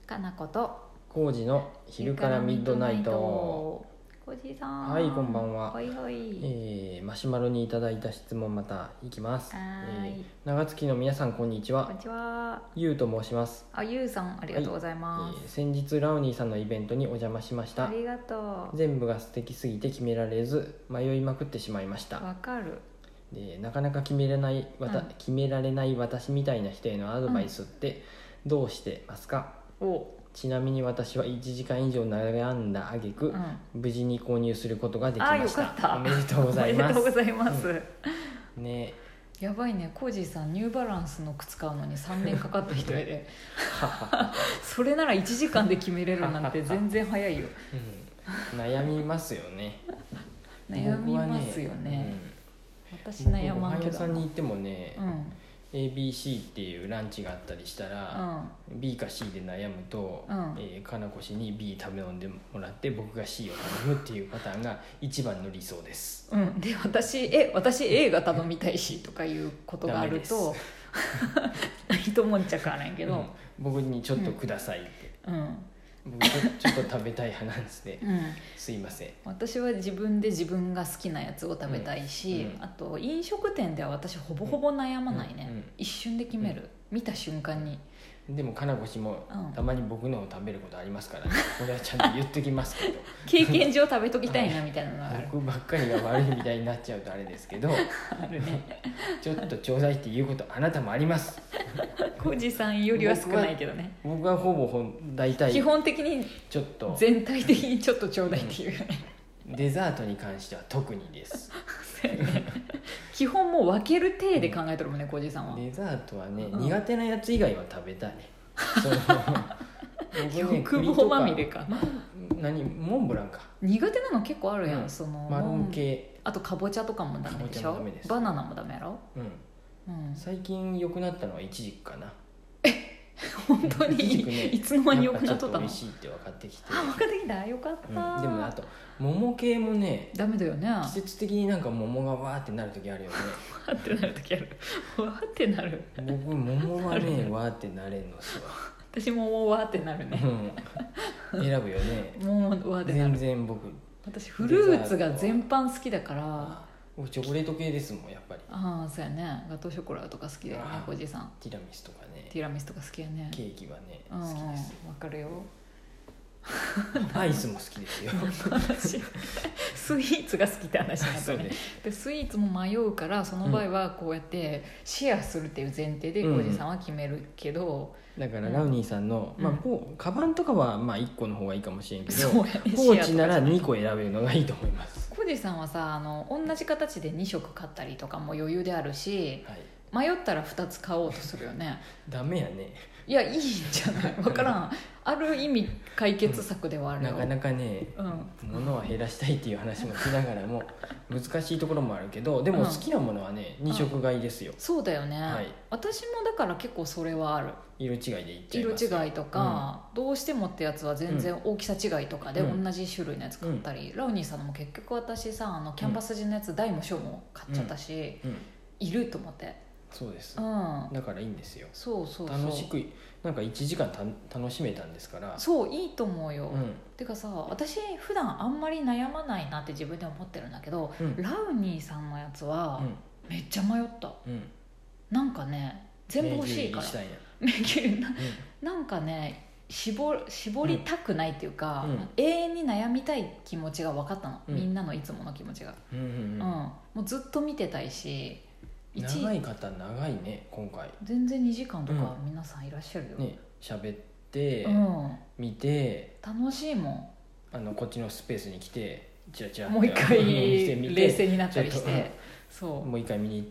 かなことコウジの昼からミッドナイト。 コウジさん、 はい、こんばんは。 ほいほい、 マシュマロにいただいた質問またいきます。 はい、 長月の皆さんこんにちは。 こんにちは。 ゆうと申します。 ゆうさんありがとうございます。 先日ラウニーさんのイベントにお邪魔しました。 ありがとう。 全部が素敵すぎて決められず迷いまくってしまいました。 わかる。 でなかなか決められない私みたいな人へのアドバイスってどうしてますか？ちなみに私は1時間以上悩んだ挙句、無事に購入することができました。 よかった。 おめでとうございます。 おめでとうございます、 ね、 やばいね。コージーさんニューバランスの靴買うのに3年かかった人やでそれなら1時間で決めれるなんて全然早いよ、 悩みますよね悩みますよね、私悩まんけどな。 ご飯屋さんに行ってもね、ABC っていうランチがあったりしたら、B か C で悩むと、かなこ氏に B 食べ飲んでもらって僕が C を頼むっていうパターンが一番の理想です、 で私 A が頼みたいしとかいうことがあると一悶着はないけど、 僕にちょっとくださいって、僕ちょっと食べたい派なんですね、すいません。 私は自分で自分が好きなやつを食べたいし、あと飲食店では私ほぼほぼ悩まないね、一瞬で決める、見た瞬間に。 でもかなこ氏もたまに僕のを食べることありますからね、これはちゃんと言ってきますけど経験上食べときたいなみたいなのがある僕ばっかりが悪いみたいになっちゃうとあれですけどあるねちょっとちょうだいっていうことあなたもありますコジさんよりは少ないけどね。 僕はほぼ大体基本的にちょっと全体的にちょっとちょうだいっていうよね、 デザートに関しては特にです基本もう分ける体で考えとるもんね、コジさんは。 デザートはね、苦手なやつ以外は食べたい欲望まみれか。 モンブランか苦手なの結構あるやん、そのマロン系。 あとかぼちゃとかもダメでしょ。バナナもダメやろ。 最近良くなったのはイチジクかな。 本当にいつの間に良くなっとったの？ 美味しいって分かってきて。 分かってきた、よかった、 でもあと桃系もねダメだよね。 季節的になんか桃がわーってなる時あるよね。 わーってなる時ある。わーってなる。 僕桃はねわーってなれんのっすわ。 私もわーってなるね、 選ぶよね。 もうわーってなる。 全然僕私フルーツが全般好きだから。 僕チョコレート系ですもん、やっぱり。 そうやね。ガトーショコラとか好きだよね、おじさん。 ティラミスとかね。 ティラミスとか好きやね。 ケーキはね好きです。 わかるよ。 アイスも好きですよスイーツが好きって話になったね。でスイーツも迷うから、その場合はこうやってシェアするっていう前提でコジさんは決めるけど、 だからラウニーさんの、カバンとかは1個の方がいいかもしれんけど、 ポーチなら2個選べるのがいいと思います。 コジさんはさ、同じ形で2色買ったりとかも余裕であるし、迷ったら2つ買おうとするよね。 ダメやね。 いや、いいんじゃない。分からんある意味解決策ではあるよ。 なかなかね、物は減らしたいっていう話もしながらも難しいところもあるけど、でも好きなものはね、2色買いですよ。 そうだよね、私もだから結構それはある。 色違いでいっちゃいます。 色違いとか、どうしてもってやつは全然大きさ違いとかで同じ種類のやつ買ったり、ラウニーさんのも結局私さ、キャンバス地のやつ大も小も買っちゃったし、いると思って。 そうです、だからいいんですよ。 そう楽しくなんか1時間楽しめたんですから。 そういいと思うよ、てかさ、私普段あんまり悩まないなって自分で思ってるんだけど、ラウニーさんのやつはめっちゃ迷った、なんかね、全部欲しいからなんかね、絞りたくないっていうか、永遠に悩みたい気持ちが分かったの、みんなのいつもの気持ちが、もうずっと見てたいし。 長い方長いね今回。 全然2時間とか皆さんいらっしゃるよね。喋って、見て楽しいもん。こっちのスペースに来てチラチラもう一回冷静になったりして、 そうもう一回見に行って、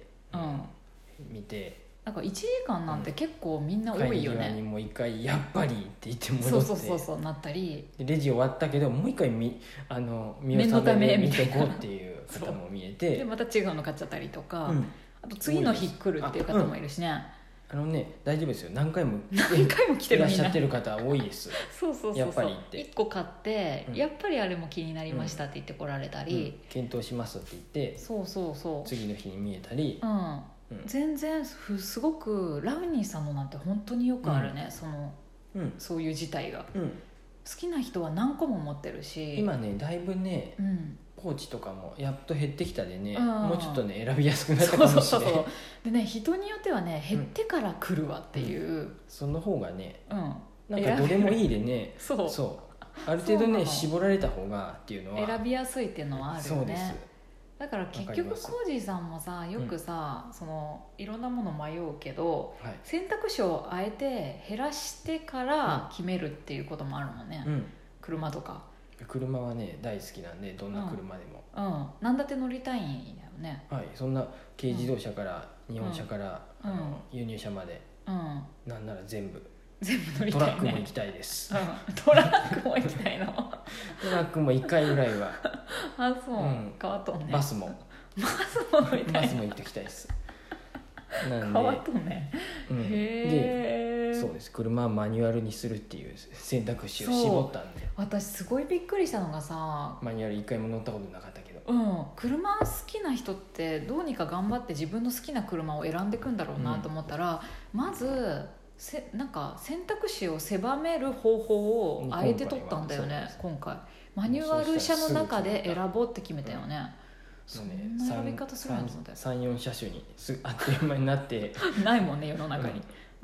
見て。 なんか1時間なんて結構みんな多いよね。 帰り際にもう一回やっぱりって言って戻って、 そうなったり、 レジ終わったけどもう一回見納め見てこうっていう方も見えてでまた違うの買っちゃったりとか、あと次の日来るっていう方もいるしね。 大丈夫ですよ。何回も来てるいらっしゃってる方多いです。 そうやっぱりって 1個買って、やっぱりあれも気になりましたって言って来られたり、 検討しますって言って次の日に見えたり、 全然すごくラウニーさんのなんて本当によくあるね、そのそういう事態が、 好きな人は何個も持ってるし、 今ねだいぶね、ポーチとかもやっと減ってきたでね、もうちょっとね選びやすくなったかもしれない。そうでね、人によってはね減ってから来るわっていう、 その方がね、なんかどれもいいでねそうある程度ね絞られた方がっていうのは選びやすいっていうのはあるよね。 そうです。 だから結局コージーさんもさよくさ、いろんなもの迷うけど、選択肢をあえて減らしてから決めるっていうこともあるもんね、車とか。 車はね大好きなんでどんな車でも、 何だって乗りたいんだよね。 はい、そんな軽自動車から、日本車から、輸入車まで、なんなら全部乗りたいね。 トラックも行きたいです、 トラックも行きたいのトラックも1回ぐらいはあ、そう、変わっとんね。 バスも行ってきたいです。 なんで変わっとんね、 でそうです、車はマニュアルにするっていう選択肢を絞ったんで。 私すごいびっくりしたのがさ、 マニュアル1回も乗ったことなかったけど、 車好きな人ってどうにか頑張って自分の好きな車を選んでいくんだろうなと思ったら、まずなんか選択肢を狭める方法をあえて取ったんだよね。今回マニュアル車の中で選ぼうって決めたよね。そんな選び方するんだよ。 3,4 車種にあっという間になってないもんね世の中に、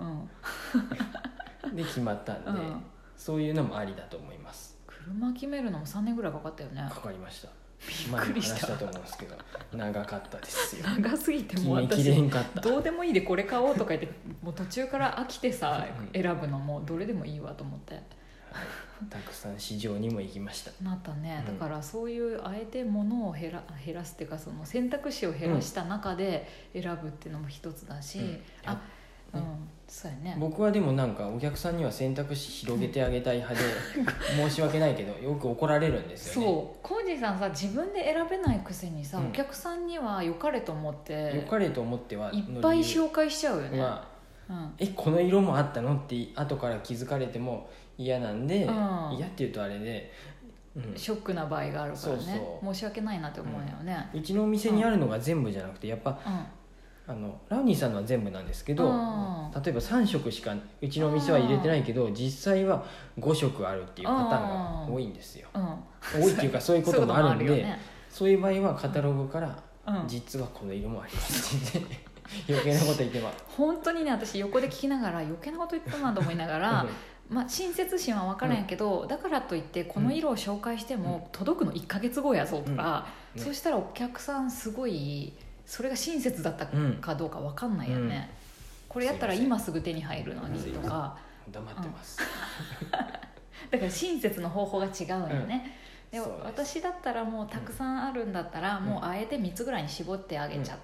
で決まったんで、そういうのもありだと思います。 車決めるのも3年ぐらいかかったよね。 かかりました。びっくりしたと思うんですけど長かったですよ。 長すぎてもう私どうでもいいでこれ買おうとか言ってもう途中から飽きてさ、選ぶのもどれでもいいわと思って、 たくさん市場にも行きました。 なったね。だからそういうあえて物を減らすっていうか、その選択肢を減らした中で選ぶっていうのも一つだし、そうやね。 僕はでもなんかお客さんには選択肢広げてあげたい派で申し訳ないけどよく怒られるんですよね。 そうコージーさんさ自分で選べないくせにさ、お客さんには良かれと思ってはいっぱい紹介しちゃうよね。 この色もあったのって後から気づかれても嫌なんで、嫌っていうとあれで、 ショックな場合があるからね。申し訳ないなって思うよね。 うちのお店にあるのが全部じゃなくてやっぱ、ラウニーさんのは全部なんですけど、例えば3色しかうちのお店は入れてないけど実際は5色あるっていうパターンが多いんですよ。多いっていうかそういうこともあるんで、そういう場合はカタログから実はこの色もありますって余計なこと言ってます。 本当にね、私横で聞きながら余計なこと言ったなと思いながら親切心は分からんやけど、だからといってこの色を紹介しても届くの1ヶ月後やぞとか、そうしたらお客さんすごいそれが親切だったかどうか分かんないよね。これやったら今すぐ手に入るのにとか。 黙ってます、 だから親切の方法が違うよね。で私だったらもうたくさんあるんだったら、もうあえて3つぐらいに絞ってあげちゃって、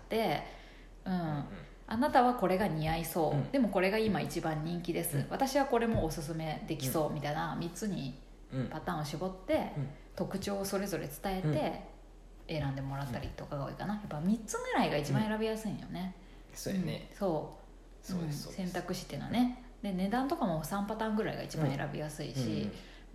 あなたはこれが似合いそう、でもこれが今一番人気です、私はこれもおすすめできそうみたいな3つにパターンを絞って、特徴をそれぞれ伝えて選んでもらったりとかが多いかな。やっぱ3つぐらいが一番選びやすいんよね。 そうやね。 選択肢っていうのはね。で値段とかも3パターンぐらいが一番選びやすいし、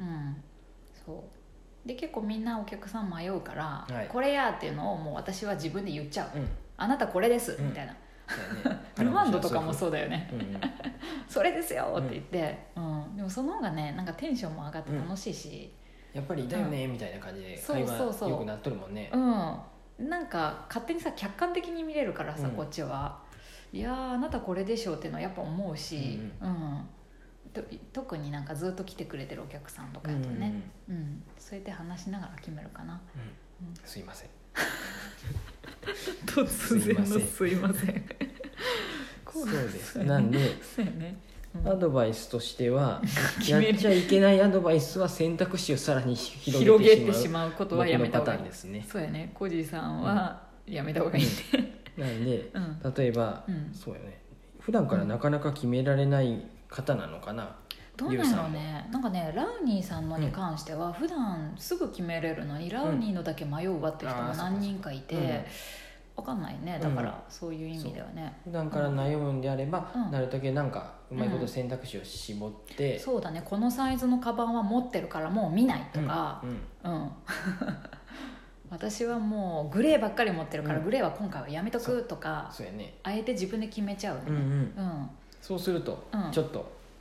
そうで結構みんなお客さん迷うから、これやっていうのをもう私は自分で言っちゃう、あなたこれです、みたいな。ルマンドとかもそうだよね。それですよって言って、でもその方がねなんかテンションも上がって楽しいし、 やっぱりだよねみたいな感じで会話よくなっとるもんね。 なんか勝手にさ客観的に見れるからさ、こっちはいやあなたこれでしょっていうのはやっぱ思うし、特になんかずっと来てくれてるお客さんとかやとね、そうやって話しながら決めるかな。 すいません突然のすいませんそうですなんでアドバイスとしてはやっちゃいけないアドバイスは選択肢をさらに広げてしまうことはやめた方がいいですね。 そうやね、コジーさんはやめた方がいいね。 なんで例えばそうやね、普段からなかなか決められない方なのかな。 どうなんやろうね。なんかねラウニーさんのに関しては普段すぐ決めれるのに、ラウニーのだけ迷うわっていう人も何人かいて、分かんないね。だからそういう意味ではね、 普段から悩むんであれば、なるだけなんかうまいこと選択肢を絞って、 そうだね、このサイズのカバンは持ってるからもう見ないとか、私はもうグレーばっかり持ってるから、グレーは今回はやめとくとか、 そうやね、 あえて自分で決めちゃうね。 そうするとちょっと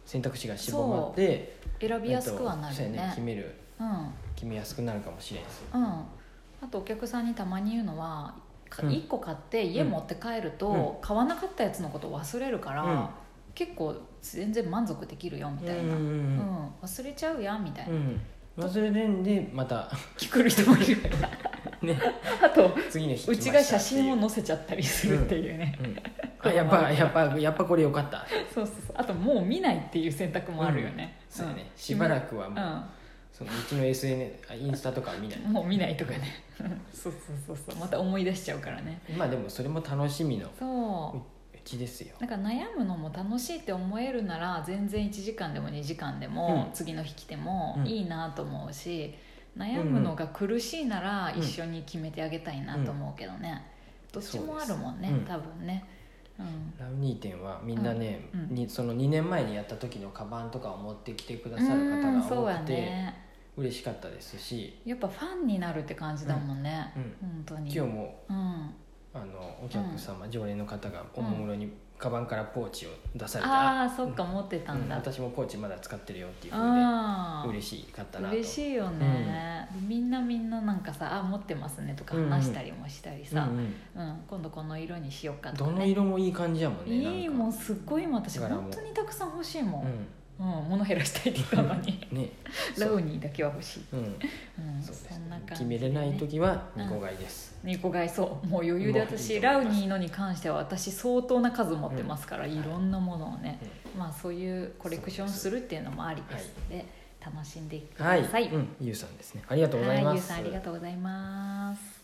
選択肢が絞まって選びやすくはなるよね、 決めやすくなるかもしれないです、 あとお客さんにたまに言うのは、1個買って家持って帰ると、買わなかったやつのこと忘れるから、結構全然満足できるよみたいな、忘れちゃうやんみたいな、 忘れるんでまた来る人もいるね、 あと次の日うちが写真を載せちゃったりするっていうね、 やっぱこれよかった。 そうあともう見ないっていう選択もあるよね、 そうね、しばらくはもう、そのうちの SNS インスタとかは見ないもう見ないとかねそうまた思い出しちゃうからね。 まあでもそれも楽しみのそううちですよ。 なんか悩むのも楽しいって思えるなら全然1時間でも2時間でも、次の日来てもいいなと思うし、悩むのが苦しいなら一緒に決めてあげたいなと思うけどね、どっちもあるもんね、多分ね。 ラウニー店はみんなね、その2年前にやった時のカバンとかを持ってきてくださる方が多くて、嬉しかったですし、 やっぱファンになるって感じだもんね、本当に。 今日も、お客様、常連の方がおもむろにカバンからポーチを出されて、 そっか持ってたんだ、 私もポーチまだ使ってるよっていうふうで嬉しかったなと。嬉しいよね、みんななんかさ持ってますねとか話したりもしたりさ、今度この色にしようかとか、 どの色もいい感じやもんね。 いいもん、すっごい今私本当にたくさん欲しいもん、物減らしたいって言ったのにね、ラウニーだけは欲しい、そんな感じでね、 決めれない時は2個買いです、 2個買い。そうもう余裕で私ラウニーのに関しては私相当な数持ってますから、いろんなものをね、まあそういうコレクションするっていうのもありですので、楽しんでください。 ゆうさんですね、ありがとうございます。 ゆうさんありがとうございます。